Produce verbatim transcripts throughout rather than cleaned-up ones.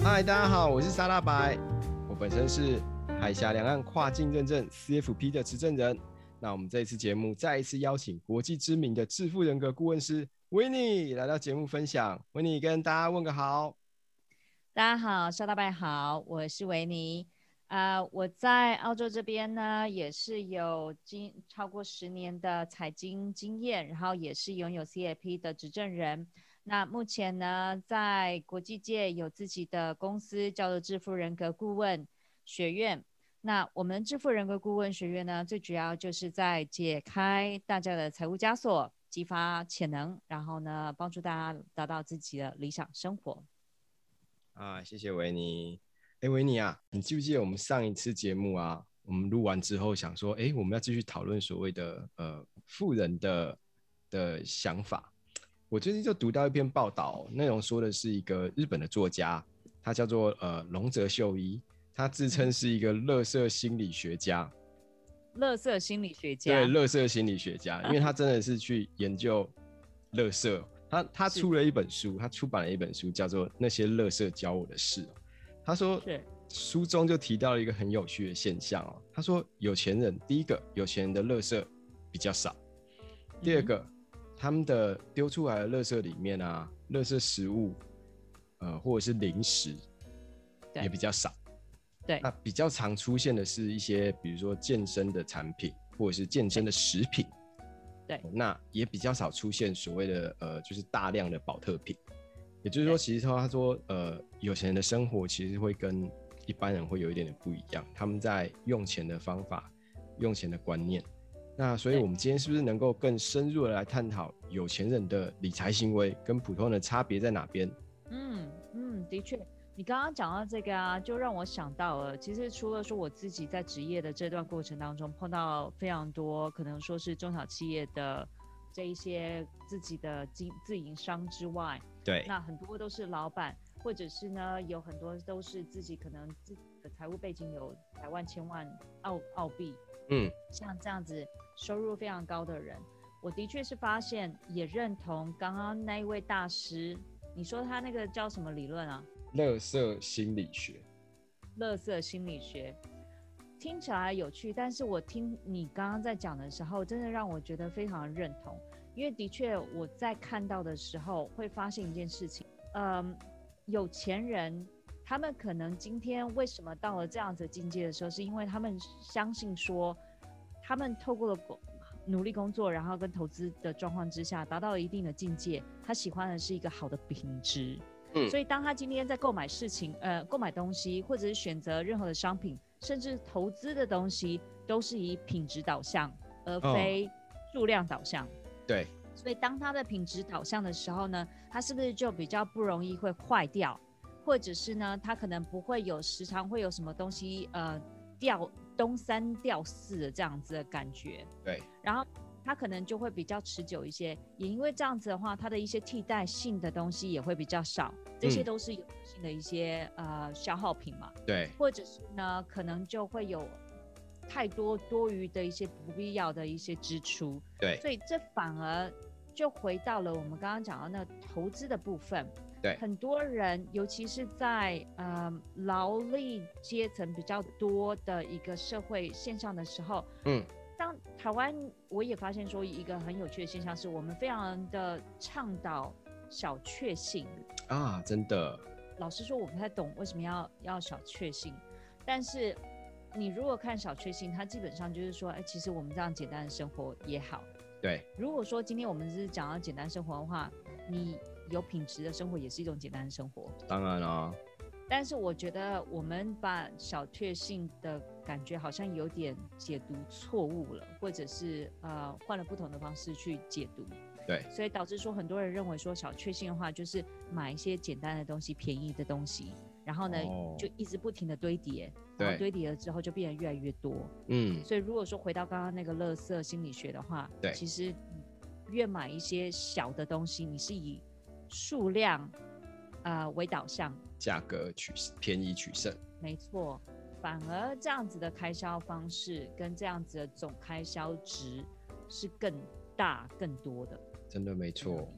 嗨，大家好，我是沙大白，我本身是海峡两岸跨境认证 C F P 的持证人。那我们这一次节目再一次邀请国际知名的致富人格顾问师维尼来到节目分享。维尼跟大家问个好。 大家好，沙大白好，我是维尼。呃，我在澳洲这边呢，也是有经超过十年的财经经验，然后也是拥有 C F P 的执证人。那目前呢，在国际界有自己的公司，叫做致富人格顾问学院。那我们致富人格顾问学院呢，最主要就是在解开大家的财务枷锁，激发潜能，然后呢，帮助大家达到自己的理想生活。 啊，谢谢维尼。哎，维尼啊，你记不记得我们上一次节目啊，我们录完之后想说，哎，我们要继续讨论所谓的呃富人的的想法。我最近就读到一篇报道，内容说的是一个日本的作家，他叫做呃龙泽秀一，他自称是一个垃圾心理学家。 垃圾心理学对， 家垃圾心理学家，因为他真的是去研究垃圾。他他是出了一本书，他出版了一本书，叫做《那些垃圾教我的事》。他说， 是书中就提到了一个很有趣的现象哦。他说，有钱人，第一个，有钱人的垃圾比较少；第二个，嗯、他们的丢出来的垃圾里面啊，垃圾食物，呃，或者是零食，也比较少。 对， 那比较常出现的是一些，比如说健身的产品，或者是健身的食品。 对， 那也比较少出现所谓的呃，就是大量的保特瓶。也就是说，其实他说，呃，有钱人的生活其实会跟一般人会有一点点不一样，他们在用钱的方法、用钱的观念。那所以，我们今天是不是能够更深入的来探讨有钱人的理财行为跟普通人的差别在哪边？ 嗯嗯，的确。你刚刚讲到这个啊，就让我想到了，其实除了说我自己在职业的这段过程当中碰到非常多可能说是中小企业的这一些自己的经自营商之外， 对， 那很多都是老板，或者是呢有很多都是自己可能自己的财务背景有百万千万澳澳币， 嗯， 像这样子收入非常高的人，我的确是发现也认同刚刚那一位大师，你说他那个叫什么理论啊？ 垃圾心理学。 垃圾心理学听起来有趣，但是我听你刚刚在讲的时候，真的让我觉得非常认同。因为的确我在看到的时候会发现一件事情，嗯，有钱人他们可能今天为什么到了这样子的境界的时候，是因为他们相信说，他们透过了努力工作，然后跟投资的状况之下，达到了一定的境界，他喜欢的是一个好的品质。嗯、所以当他今天在购买事情呃购买东西，或者是选择任何的商品，甚至投资的东西，都是以品质导向而非数量导向、哦、 对， 所以当他的品质导向的时候呢，他是不是就比较不容易会坏掉，或者是呢他可能不会有时常会有什么东西呃掉东三掉四的这样子的感觉。 对， 然后它可能就会比较持久一些，也因为这样子的话，它的一些替代性的东西也会比较少，这些都是有性的一些、嗯、呃消耗品嘛。 对， 或者是呢，可能就会有太多多余的一些不必要的一些支出。 对， 所以这反而就回到了我们刚刚讲到那个投资的部分。 对， 很多人，尤其是在呃劳力阶层比较多的一个社会现象的时候，嗯。当台湾我也发现说一个很有趣的现象是，我们非常的倡导小确幸啊，真的。 老实说，我不太懂为什么要要小确幸，但是你如果看小确幸，它基本上就是说，哎，其实我们这样简单的生活也好。 对。 如果说今天我们是讲到简单生活的话，你有品质的生活也是一种简单的生活。 当然啦、啊。 但是我觉得我们把小确幸的感觉好像有点解读错误了，或者是呃换了不同的方式去解读。 对， 所以导致说很多人认为说小确幸的话就是买一些简单的东西、便宜的东西，然后呢、哦、就一直不停的堆叠，然后堆叠了之后就变得越来越多。嗯，所以如果说回到刚刚那个垃圾心理学的话，对，其实越买一些小的东西，你是以数量呃为导向， 价格取便宜取胜， 没错。反而这样子的开销方式跟这样子的总开销值是更大更多的， 真的没错。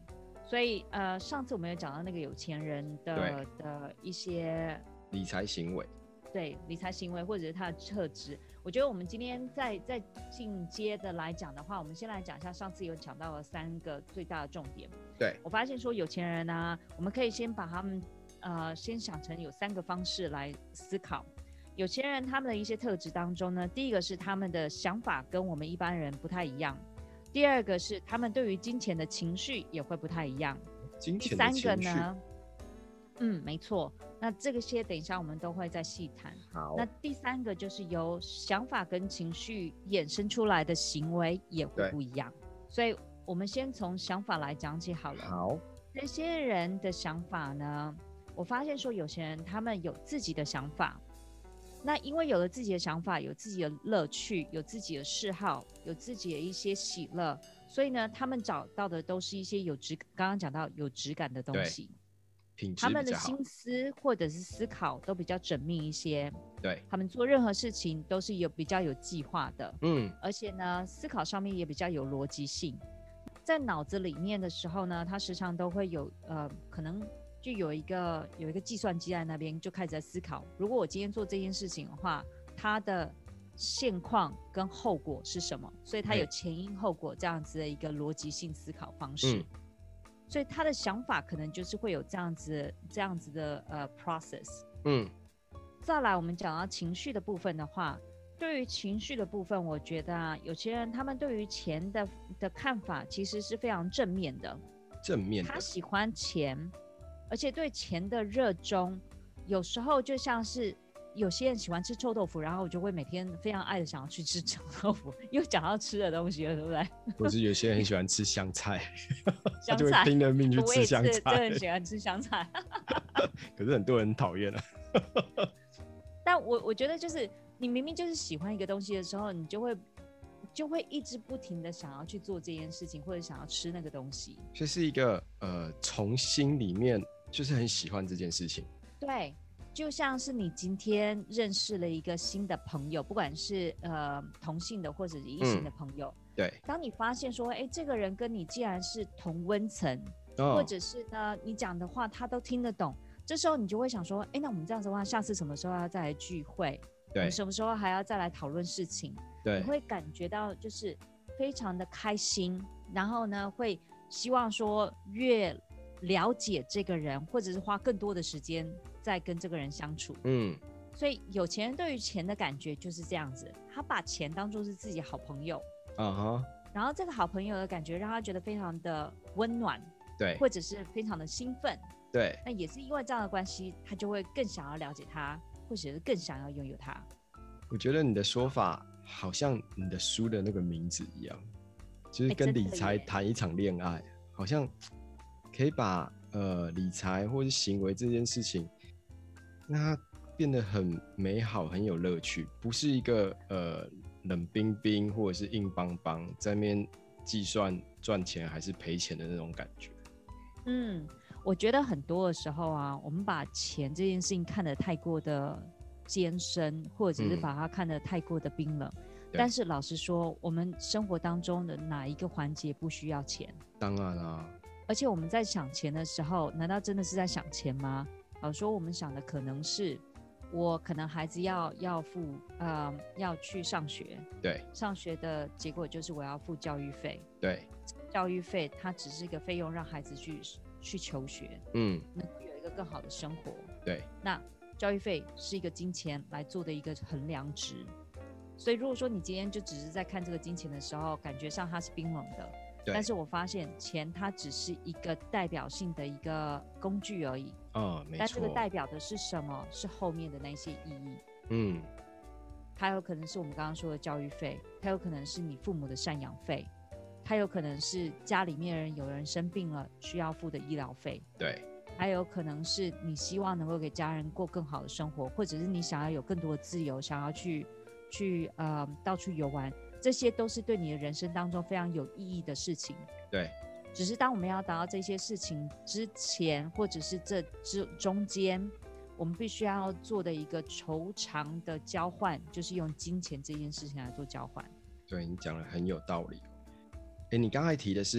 所以呃，上次我们有讲到那个有钱人的的一些理财行为， 对理财行为或者是他的特质。我觉得我们今天再再进阶的来讲的话，我们先来讲一下上次有讲到了三个最大的重点。 对， 我发现说有钱人啊，我们可以先把他们呃先想成有三个方式来思考。有钱人他们的一些特质当中呢，第一个是他们的想法跟我们一般人不太一样。第二个是他们对于金钱的情绪也会不太一样。 金钱的情绪， 第三个呢，嗯，没错。那这个些等一下我们都会再细谈。 好， 那第三个就是由想法跟情绪衍生出来的行为也会不一样。所以我们先从想法来讲起好了。 好， 这些人的想法呢，我发现说有些人他们有自己的想法。那因为有了自己的想法，有自己的乐趣，有自己的嗜好，有自己的一些喜乐，所以呢，他们找到的都是一些有质，刚刚讲到有质感的东西， 品质他们的比较好， 心思或者是思考都比较缜密一些， 对， 他们做任何事情都是有比较有计划的， 嗯， 而且呢，思考上面也比较有逻辑性，在脑子里面的时候呢，他时常都会有呃，可能。就有一个有一个计算机在那边，就开始在思考，如果我今天做这件事情的话，它的现况跟后果是什么？所以它有前因后果这样子的一个逻辑性思考方式。嗯、所以他的想法可能就是会有这样子这样子的呃 process。嗯，再来我们讲到情绪的部分的话，对于情绪的部分，我觉得啊，有些人他们对于钱的的看法其实是非常正面的， 正面的， 他喜欢钱。而且对钱的热衷，有时候就像是有些人喜欢吃臭豆腐，然后我就会每天非常爱的想要去吃臭豆腐，又讲到吃的东西了，对不对？ 或是有些人很喜欢吃香菜， 香菜他就会拼了命去吃香菜。 我也是，真的很喜欢吃香菜。 可是很多人很讨厌啊。 但我我觉得就是你明明就是喜欢一个东西的时候，你就会就会一直不停的想要去做这件事情，或者想要吃那个东西。 这是一个呃，从心里面就是很喜欢这件事情。 对，就像是你今天认识了一个新的朋友，不管是呃同性的或者是异性的朋友， 嗯、对。 当你发现说，哎，这个人跟你既然是同温层，哦、或者是呢你讲的话他都听得懂，这时候你就会想说，哎，那我们这样子的话，下次什么时候要再来聚会？ 对， 我们什么时候还要再来讨论事情？ 对， 你会感觉到就是非常的开心，然后呢，会希望说越了解这个人，或者是花更多的时间在跟这个人相处。嗯，所以有钱人对于钱的感觉就是这样子，他把钱当作是自己好朋友，啊哈，然后这个好朋友的感觉让他觉得非常的温暖， 对， 或者是非常的兴奋， 对， 那也是因为这样的关系，他就会更想要了解他，或者是更想要拥有他。 我觉得你的说法好像你的书的那个名字一样，就是跟理财谈一场恋爱，好像可以把呃理财或是行为这件事情，让它变得很美好，很有乐趣，不是一个呃冷冰冰或者是硬邦邦在那边计算赚钱还是赔钱的那种感觉。 嗯，我觉得很多的时候啊，我们把钱这件事情看得太过的艰深，或者是把它看得太过的冰冷、嗯、但是老实说，我们生活当中的哪一个环节不需要钱？ 当然啦， 而且我们在想钱的时候，难道真的是在想钱吗？老实说，我们想的可能是我可能孩子要要付呃要去上学， 对， 上学的结果就是我要付教育费， 对， 教育费它只是一个费用，让孩子去去求学，嗯，能够有一个更好的生活， 对， 那教育费是一个金钱来做的一个衡量值，所以如果说你今天就只是在看这个金钱的时候，感觉上它是冰冷的，但是我发现钱它只是一个代表性的一个工具而已， 嗯，没错， 但这个代表的是什么？是后面的那些意义，嗯，它有可能是我们刚刚说的教育费，它有可能是你父母的赡养费，它有可能是家里面人有人生病了需要付的医疗费， 对， 还有可能是你希望能够给家人过更好的生活，或者是你想要有更多的自由，想要去去呃到处游玩，这些都是对你的人生当中非常有意义的事情。 对， 只是当我们要达到这些事情之前，或者是这之中间，我们必须要做的一个酬偿的交换，就是用金钱这件事情来做交换。 对，你讲的很有道理。哎，你刚才提的是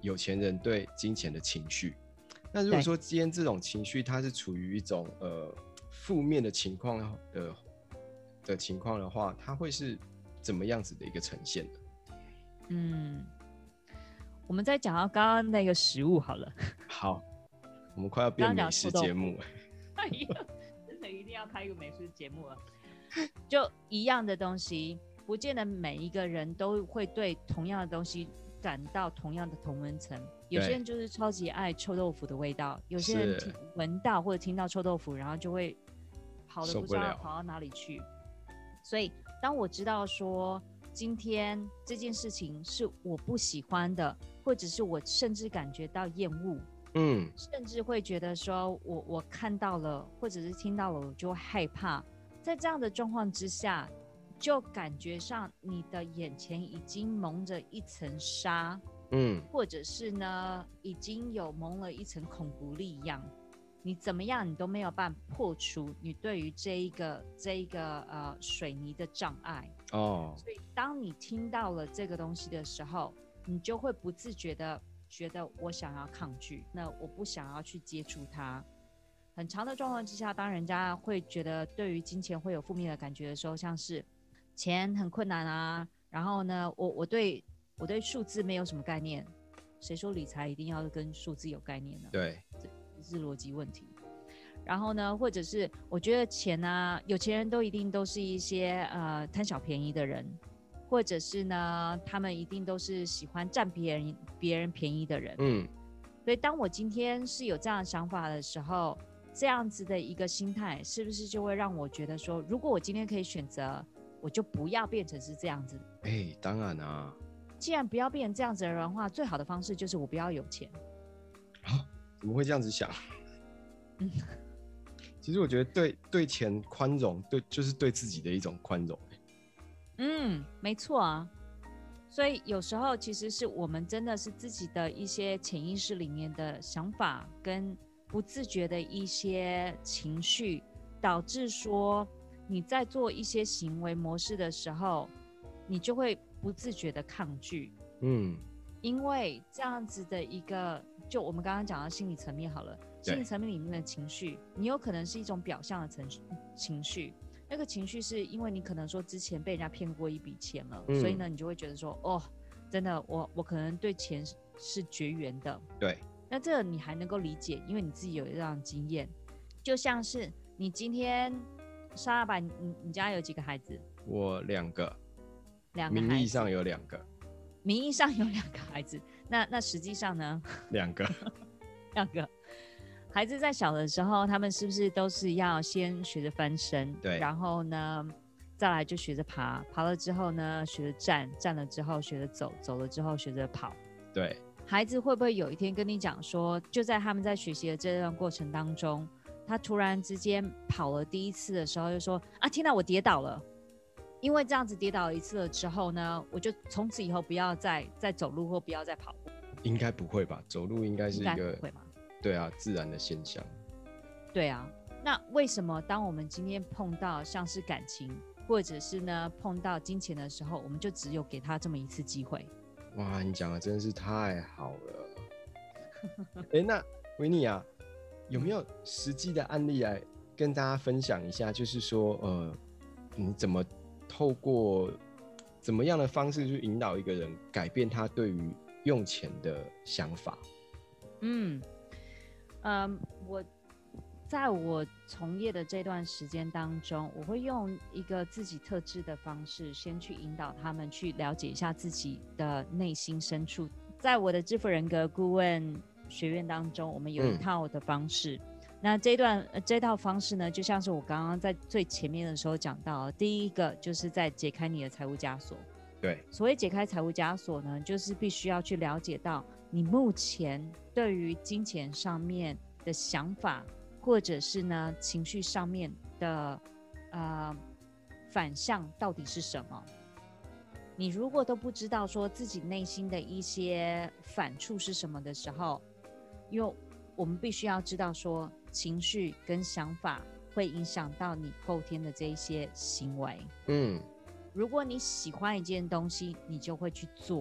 有钱人对金钱的情绪。那如果说今天这种情绪它是处于一种呃负面的情况的的情况的话，它会是怎么样子的一个呈现呢？ 嗯，我们再讲到刚刚那个食物好了。 好，我们快要变美食节目了。 哎呀，真的一定要开一个美食节目了。就一样的东西，不见得每一个人都会对同样的东西感到同样的同温层。有些人就是超级爱臭豆腐的味道，有些人闻到或者听到臭豆腐，然后就会跑得不知道跑到哪里去。所以当我知道说今天这件事情是我不喜欢的，或者是我甚至感觉到厌恶，嗯，甚至会觉得说我我看到了或者是听到了我就害怕，在这样的状况之下，就感觉上你的眼前已经蒙着一层纱，嗯，或者是呢已经有蒙了一层孔骨力一样，你怎么样你都没有办法破除你对于这一个这一个呃水泥的障碍哦。所以当你听到了这个东西的时候，你就会不自觉的觉得我想要抗拒，那我不想要去接触它。很长的状况之下，当人家会觉得对于金钱会有负面的感觉的时候，像是钱很困难啊，然后呢，我我对我对数字没有什么概念，谁说理财一定要跟数字有概念呢？ 对， 这是逻辑问题。然后呢，或者是我觉得钱啊，有钱人都一定都是一些呃贪小便宜的人，或者是呢，他们一定都是喜欢占别人别人便宜的人。嗯，所以当我今天是有这样的想法的时候，这样子的一个心态，是不是就会让我觉得说，如果我今天可以选择，我就不要变成是这样子。 哎、欸，当然啊， 既然不要变成这样子的人的话，最好的方式就是我不要有钱。 啊，怎么会这样子想？嗯，其实我觉得对对钱宽容，对就是对自己的一种宽容。 嗯，没错啊。所以有时候其实是我们真的是自己的一些潜意识里面的想法跟不自觉的一些情绪，导致说你在做一些行为模式的时候，你就会不自觉的抗拒。嗯，因为这样子的一个，就我们刚刚讲到心理层面好了，心理层面里面的情绪，你有可能是一种表象的情绪。那个情绪是因为你可能说之前被人家骗过一笔钱了，嗯，所以呢你就会觉得说，哦，真的我我可能对钱是绝缘的。 对， 那这个你还能够理解，因为你自己有这样的经验。就像是你今天沙老板，你你家有几个孩子？ 我两个， 两个孩子， 名义上有两个， 名义上有两个孩子，那那实际上呢？ 两个， 两个。孩子在小的时候，他们是不是都是要先学着翻身？ 对， 然后呢，再来就学着爬，爬了之后呢，学着站，站了之后学着走，走了之后学着跑。 对， 孩子会不会有一天跟你讲说，就在他们在学习的这段过程当中，他突然之间跑了第一次的时候，就说啊，天哪，我跌倒了。因为这样子跌倒一次了之后呢，我就从此以后不要再再走路或不要再跑步。 应该不会吧？走路应该是一个， 应该不会吗？ 对啊，自然的现象。 对啊，那为什么当我们今天碰到像是感情，或者是呢碰到金钱的时候，我们就只有给他这么一次机会？ 哇，你讲的真的是太好了。哎、欸，那维尼啊，有没有实际的案例来跟大家分享一下？就是说，呃，你怎么透过怎么样的方式去引导一个人改变他对于用钱的想法？ 嗯，嗯，我在我从业的这段时间当中，我会用一个自己特质的方式，先去引导他们去了解一下自己的内心深处。在我的致富人格顾问学院当中，我们有一套的方式。嗯、那这段、呃、这套方式呢，就像是我刚刚在最前面的时候讲到，第一个就是在解开你的财务枷锁。 对， 所谓解开财务枷锁呢，就是必须要去了解到你目前对于金钱上面的想法，或者是呢情绪上面的呃反向到底是什么。你如果都不知道说自己内心的一些反触是什么的时候，因为我们必须要知道说情绪跟想法会影响到你后天的这一些行为。嗯。如果你喜欢一件东西，你就会去做，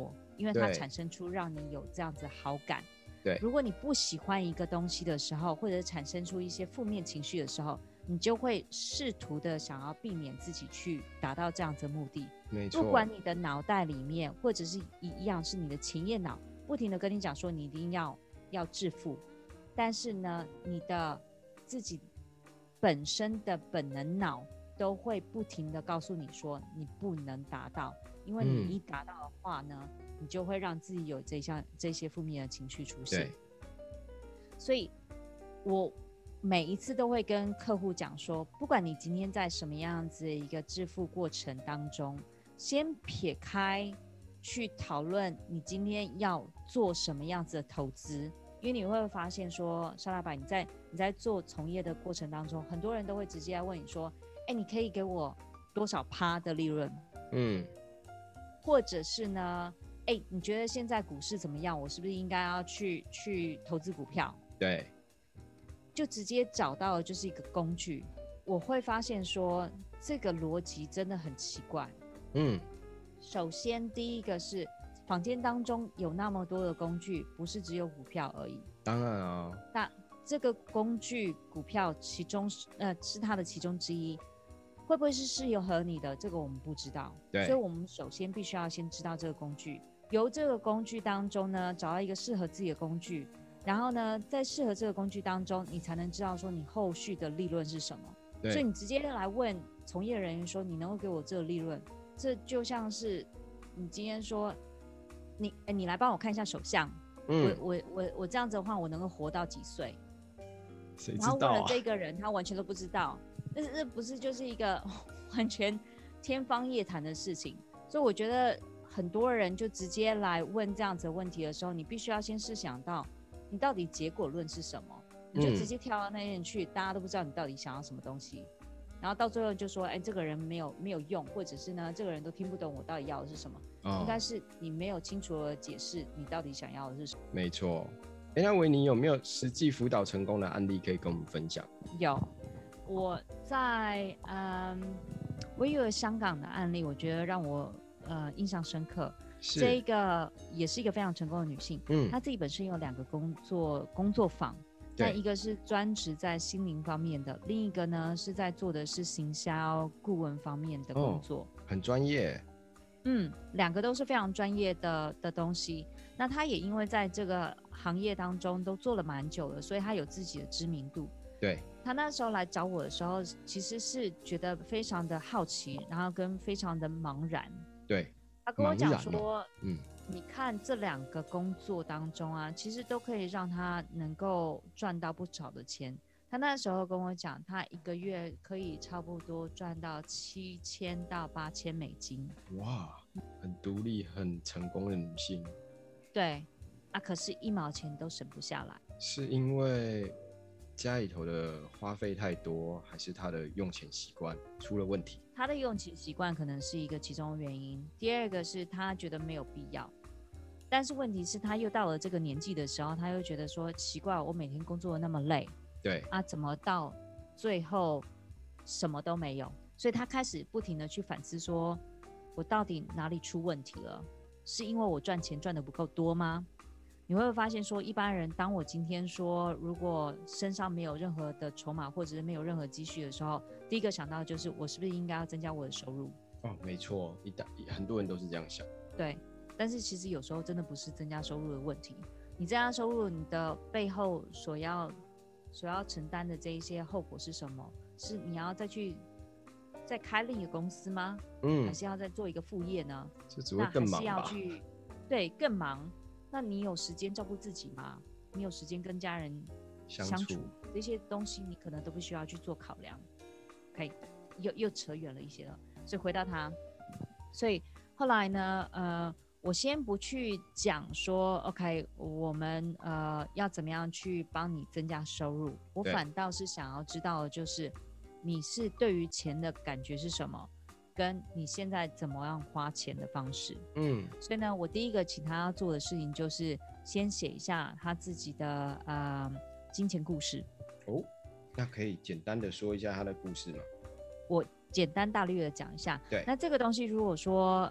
因为它对产生出让你有这样子好感。 对， 如果你不喜欢一个东西的时候，或者产生出一些负面情绪的时候，你就会试图的想要避免自己去达到这样子的目的。 没错， 不管你的脑袋里面，或者是一样是你的前叶脑，不停的跟你讲说你一定要要致富，但是呢，你的自己本身的本能脑都会不停的告诉你说你不能达到，因为你一达到的话呢，嗯、你就会让自己有这项这些负面的情绪出现。所以我每一次都会跟客户讲说，不管你今天在什么样子的一个致富过程当中，先撇开去讨论你今天要做什么样子的投资，因为你会发现说，沙老板你在你在做从业的过程当中，很多人都会直接来问你说，哎，你可以给我多少趴的利润？嗯，或者是呢，哎，你觉得现在股市怎么样？我是不是应该要去去投资股票？ 对， 就直接找到的就是一个工具。我会发现说，这个逻辑真的很奇怪。嗯，首先第一个是坊间当中有那么多的工具，不是只有股票而已。 当然啊， 那这个工具股票其中呃是它的其中之一，会不会是适合你的？这个我们不知道。 对， 所以我们首先必须要先知道这个工具，由这个工具当中呢，找到一个适合自己的工具。然后呢，在适合这个工具当中，你才能知道说你后续的利润是什么。所以你直接来问从业人员说，你能够给我这个利润？这就像是你今天说，你哎，你来帮我看一下手相，嗯、我我我我这样子的话，我能够活到几岁？ 谁知道啊？ 然后问了这个人，他完全都不知道，那这不是就是一个完全天方夜谭的事情？所以我觉得很多人就直接来问这样子的问题的时候，你必须要先试想到。你到底结果论是什么？你就直接跳到那边去、嗯，大家都不知道你到底想要什么东西，然后到最后就说，哎，这个人没有没有用，或者是呢，这个人都听不懂我到底要的是什么。哦、应该是你没有清楚的解释你到底想要的是什么。 没错。哎，那维尼有没有实际辅导成功的案例可以跟我们分享？ 有，我在嗯，我有香港的案例，我觉得让我呃印象深刻。这一个也是一个非常成功的女性，嗯，她自己本身有两个工作工作坊，那一个是专职在心灵方面的，另一个呢是在做的是行销顾问方面的工作，哦、 很专业。 嗯，两个都是非常专业的的东西。那她也因为在这个行业当中都做了蛮久了，所以她有自己的知名度。 对， 她那时候来找我的时候，其实是觉得非常的好奇，然后跟非常的茫然。 对。 他跟我讲说、哦嗯，你看这两个工作当中啊，其实都可以让他能够赚到不少的钱。他那时候跟我讲，他一个月可以差不多赚到七千到八千美金。 哇，很独立、很成功的女性。 对，啊，可是一毛钱都省不下来。 是因为家里头的花费太多，还是他的用钱习惯出了问题？ 他的用钱习惯可能是一个其中的原因，第二个是他觉得没有必要，但是问题是他又到了这个年纪的时候，他又觉得说奇怪，我每天工作的那么累， 对啊，怎么到最后什么都没有？所以他开始不停的去反思说，我到底哪里出问题了？是因为我赚钱赚得不够多吗？你会发现说，一般人当我今天说如果身上没有任何的筹码或者是没有任何积蓄的时候，第一个想到的就是我是不是应该要增加我的收入？ 哦，没错，一大很多人都是这样想。 对，但是其实有时候真的不是增加收入的问题，你增加收入，你的背后所要所要承担的这一些后果是什么？是你要再去再开另一个公司吗？嗯，还是要再做一个副业呢？ 这只会更忙吧？ 那还是要去对更忙。那你有时间照顾自己吗？你有时间跟家人相 处, 相处这些东西你可能都必须要去做考量。OK， 又又扯远了一些了，所以回到他，所以后来呢，呃，我先不去讲说 OK， 我们呃要怎么样去帮你增加收入，我反倒是想要知道的就是你是对于钱的感觉是什么。跟你现在怎么样花钱的方式，嗯，所以呢，我第一个请他要做的事情就是先写一下他自己的呃金钱故事。 哦，那可以简单的说一下他的故事吗？ 我简单大略的讲一下。 对， 那这个东西如果说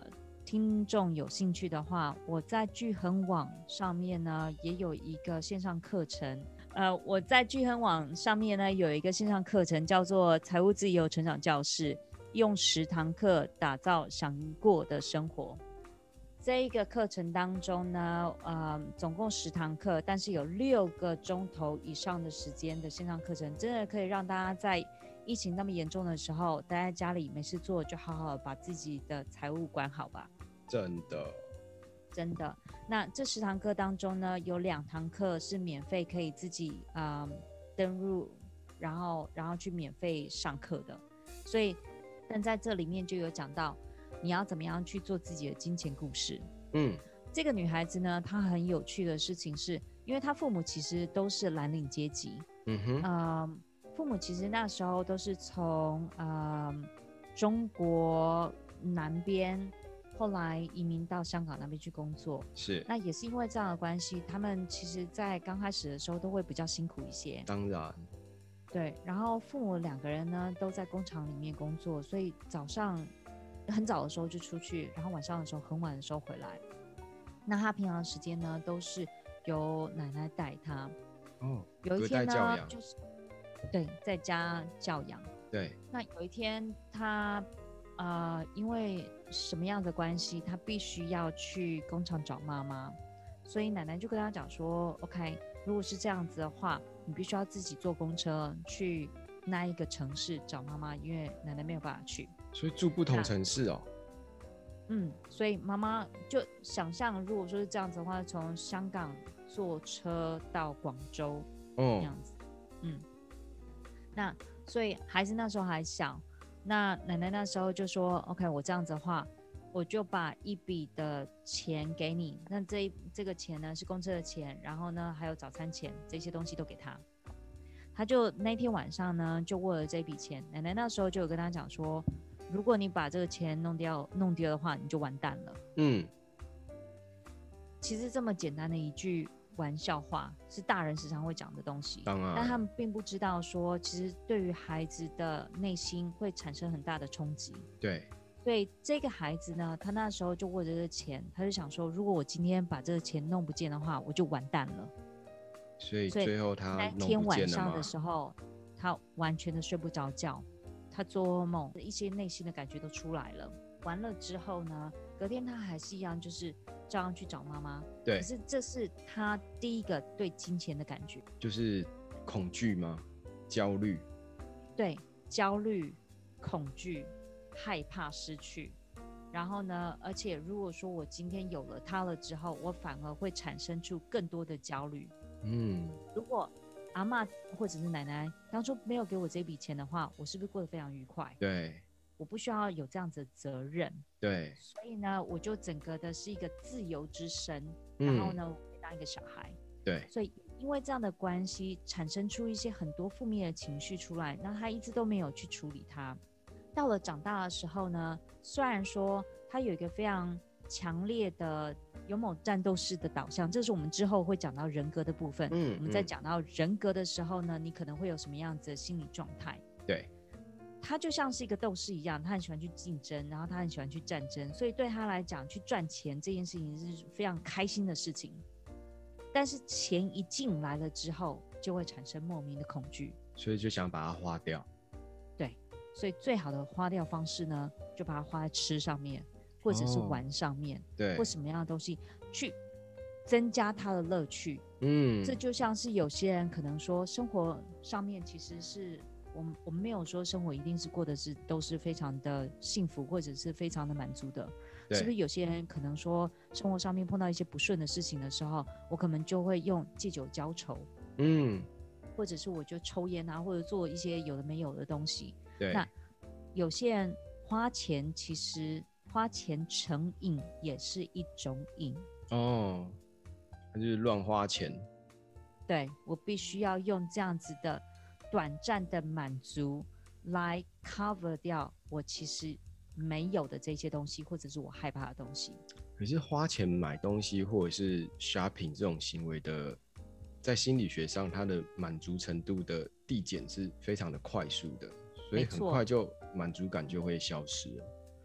听众有兴趣的话，我在聚亨网上面呢也有一个线上课程。呃，我在聚亨网上面呢有一个线上课程叫做财务自由成长教室，用十堂课打造想过的生活。这一个课程当中呢，呃，总共十堂课，但是有六个钟头以上的时间的线上课程，真的可以让大家在疫情那么严重的时候，待在家里没事做，就好好把自己的财务管好吧。 真的， 真的。那这十堂课当中呢，有两堂课是免费可以自己、呃、登入，然后然后去免费上课的。所以，但在这里面就有讲到，你要怎么样去做自己的金钱故事。 嗯， 这个女孩子呢，她很有趣的事情是，因为她父母其实都是蓝领阶级， 嗯哼， 呃，父母其实那时候都是从、呃、中国南边。后来移民到香港那边去工作， 是， 那也是因为这样的关系，他们其实在刚开始的时候都会比较辛苦一些。 当然， 对，然后父母两个人呢都在工厂里面工作，所以早上很早的时候就出去，然后晚上的时候很晚的时候回来。那他平常的时间呢都是由奶奶带他。 哦， 有一天隔代教养， 呢就是对在家教养。 对， 那有一天他呃因为什么样的关系，他必须要去工厂找妈妈，所以奶奶就跟他讲说 OK， 如果是这样子的话，你必须要自己坐公车去那一个城市找妈妈，因为奶奶没有办法去。 所以住不同城市哦。 嗯，所以妈妈就想象，如果说是这样子的话，从香港坐车到广州哦这样子。嗯，那所以孩子那时候还小，那奶奶那时候就说 OK， 我这样子的话，我就把一笔的钱给你，那这这个钱呢是公车的钱，然后呢还有早餐钱，这些东西都给他。他就那天晚上呢就握了这笔钱，奶奶那时候就有跟他讲说，如果你把这个钱弄掉弄丢的话，你就完蛋了。 嗯， 其实这么简单的一句玩笑话，是大人时常会讲的东西， 当然， 但他们并不知道说，其实对于孩子的内心会产生很大的冲击。 对， 所以这个孩子呢，他那时候就握着这个钱，他就想说，如果我今天把这个钱弄不见的话，我就完蛋了。 所以所以最后他那弄不天晚见了吗上的？时候，他完全的睡不着觉，他做噩梦，一些内心的感觉都出来了。完了之后呢，隔天他还是一样，就是照样去找妈妈。 对可，是这是他第一个对金钱的感觉， 就是恐惧吗？焦虑， 对，焦虑、恐惧、害怕失去。然后呢，而且如果说我今天有了他了之后，我反而会产生出更多的焦虑。 嗯， 如果阿嬷或者是奶奶当初没有给我这笔钱的话，我是不是过得非常愉快？ 对， 我不需要有这样子的责任， 对， 所以呢，我就整个的是一个自由之身。 嗯然后呢，我可以当一个小孩。 对， 所以因为这样的关系，产生出一些很多负面的情绪出来，那他一直都没有去处理它。到了长大的时候呢，虽然说他有一个非常强烈的勇猛战斗式的导向，这是我们之后会讲到人格的部分。 嗯我们在嗯讲到人格的时候呢，你可能会有什么样子的心理状态？ 对， 他就像是一个斗士一样，他很喜欢去竞争，然后他很喜欢去战争，所以对他来讲，去赚钱这件事情是非常开心的事情。但是钱一进来了之后，就会产生莫名的恐惧， 所以就想把它花掉。 对，所以最好的花掉方式呢，就把它花在吃上面，或者是玩上面， 对或，什么样的东西去增加他的乐趣。 嗯， 这就像是有些人可能说，生活上面其实是我们我们没有说生活一定是过的是都是非常的幸福或者是非常的满足的， 对是不是有些人可能说生活上面碰到一些不顺的事情的时候，我可能就会用借酒浇愁， 嗯， 或者是我就抽烟啊，或者做一些有的没有的东西。 对， 那有些人花钱，其实花钱成瘾也是一种瘾。 哦，那就是乱花钱。 对，我必须要用这样子的短暂的满足来 cover 掉我其实没有的这些东西，或者是我害怕的东西。 可是花钱买东西或者是 shopping 这种行为的，在心理学上，它的满足程度的递减是非常的快速的，所以很没错快就满足感就会消失了。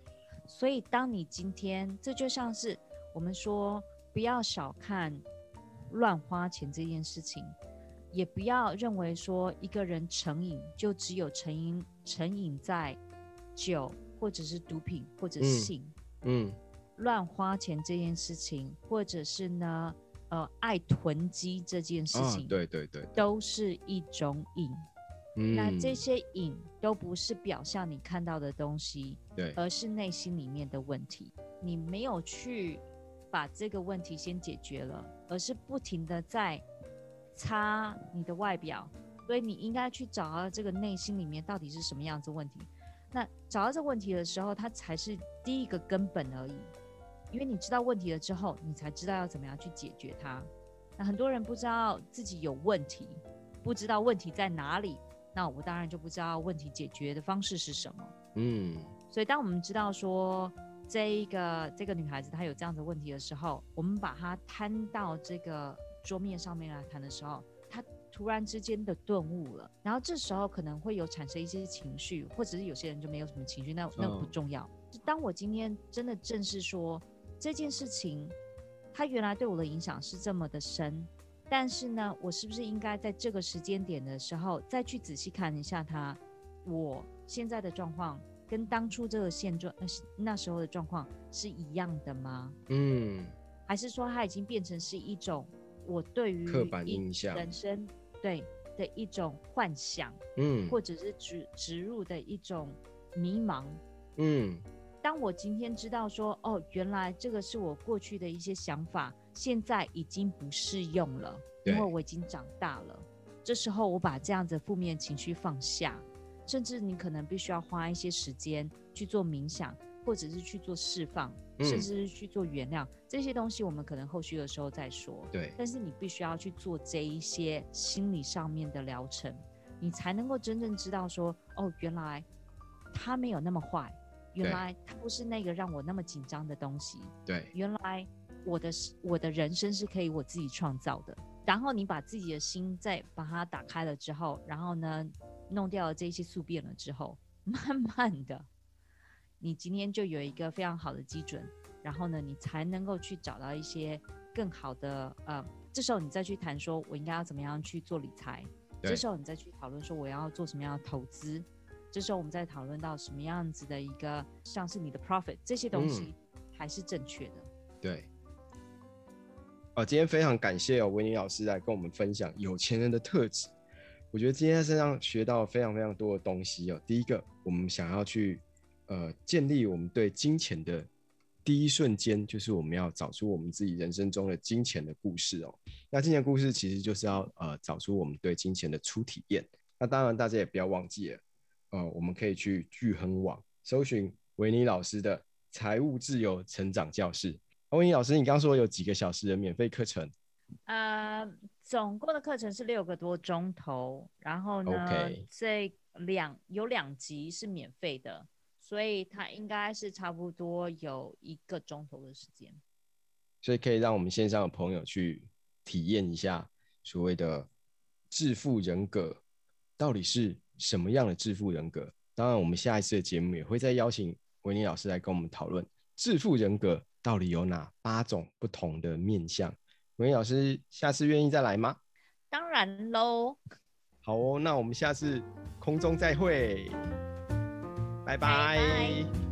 所以当你今天，这就像是我们说不要小看乱花钱这件事情，也不要认为说一个人成瘾就只有成瘾成瘾在酒或者是毒品或者性。嗯，乱花钱这件事情，或者是呢呃爱囤积这件事情， 哦、对, 对对对， 都是一种瘾。嗯、那这些瘾都不是表象你看到的东西，对，而是内心里面的问题。你没有去把这个问题先解决了，而是不停的在擦你的外表，所以你应该去找到这个内心里面到底是什么样子的问题。那找到这个问题的时候，它才是第一个根本而已。因为你知道问题了之后，你才知道要怎么样去解决它。那很多人不知道自己有问题，不知道问题在哪里，那我当然就不知道问题解决的方式是什么。嗯，所以当我们知道说这一个这个女孩子她有这样的问题的时候，我们把她摊到这个桌面上面来谈的时候，她突然之间的顿悟了，然后这时候可能会有产生一些情绪，或者是有些人就没有什么情绪，那那不重要。嗯、当我今天真的正视说这件事情，它原来对我的影响是这么的深，但是呢，我是不是应该在这个时间点的时候再去仔细看一下它，我现在的状况跟当初这个现状、呃、那时候的状况是一样的吗？嗯，还是说它已经变成是一种我对于刻板印象人生对的一种幻想，嗯，或者是植植入的一种迷茫，嗯。当我今天知道说，哦，原来这个是我过去的一些想法，现在已经不适用了，因为我已经长大了。这时候我把这样子负面情绪放下，甚至你可能必须要花一些时间去做冥想，或者是去做释放，嗯、甚至是去做原谅，这些东西我们可能后续的时候再说。对，但是你必须要去做这一些心理上面的疗程，你才能够真正知道说，哦，原来他没有那么坏。原来它不是那个让我那么紧张的东西。对，原来我的我的人生是可以我自己创造的。然后你把自己的心再把它打开了之后，然后呢，弄掉了这些宿便了之后，慢慢的，你今天就有一个非常好的基准，然后呢，你才能够去找到一些更好的呃，这时候你再去谈说我应该要怎么样去做理财，这时候你再去讨论说我要做什么样的投资。这时候我们在讨论到什么样子的一个像是你的 profit 这些东西还是正确的。 嗯、对。哦，今天非常感谢哦，维尼老师来跟我们分享有钱人的特质。我觉得今天在身上学到非常非常多的东西哦。第一个，我们想要去呃建立我们对金钱的第一瞬间，就是我们要找出我们自己人生中的金钱的故事哦。那金钱故事其实就是要呃找出我们对金钱的初体验。那当然大家也不要忘记了。呃，我们可以去钜亨网搜寻维尼老师的财务自由成长教室。维尼老师，你刚刚说有几个小时的免费课程？ 呃，总共的课程是六个多钟头，然后呢， okay. 这两有两集是免费的，所以它应该是差不多有一个钟头的时间， 所以可以让我们线上的朋友去体验一下所谓的致富人格到底是什么样的致富人格。当然我们下一次的节目也会再邀请维尼老师来跟我们讨论致富人格到底有哪八种不同的面向。维尼老师下次愿意再来吗？ 当然咯。 好哦，那我们下次空中再会，拜拜。拜拜。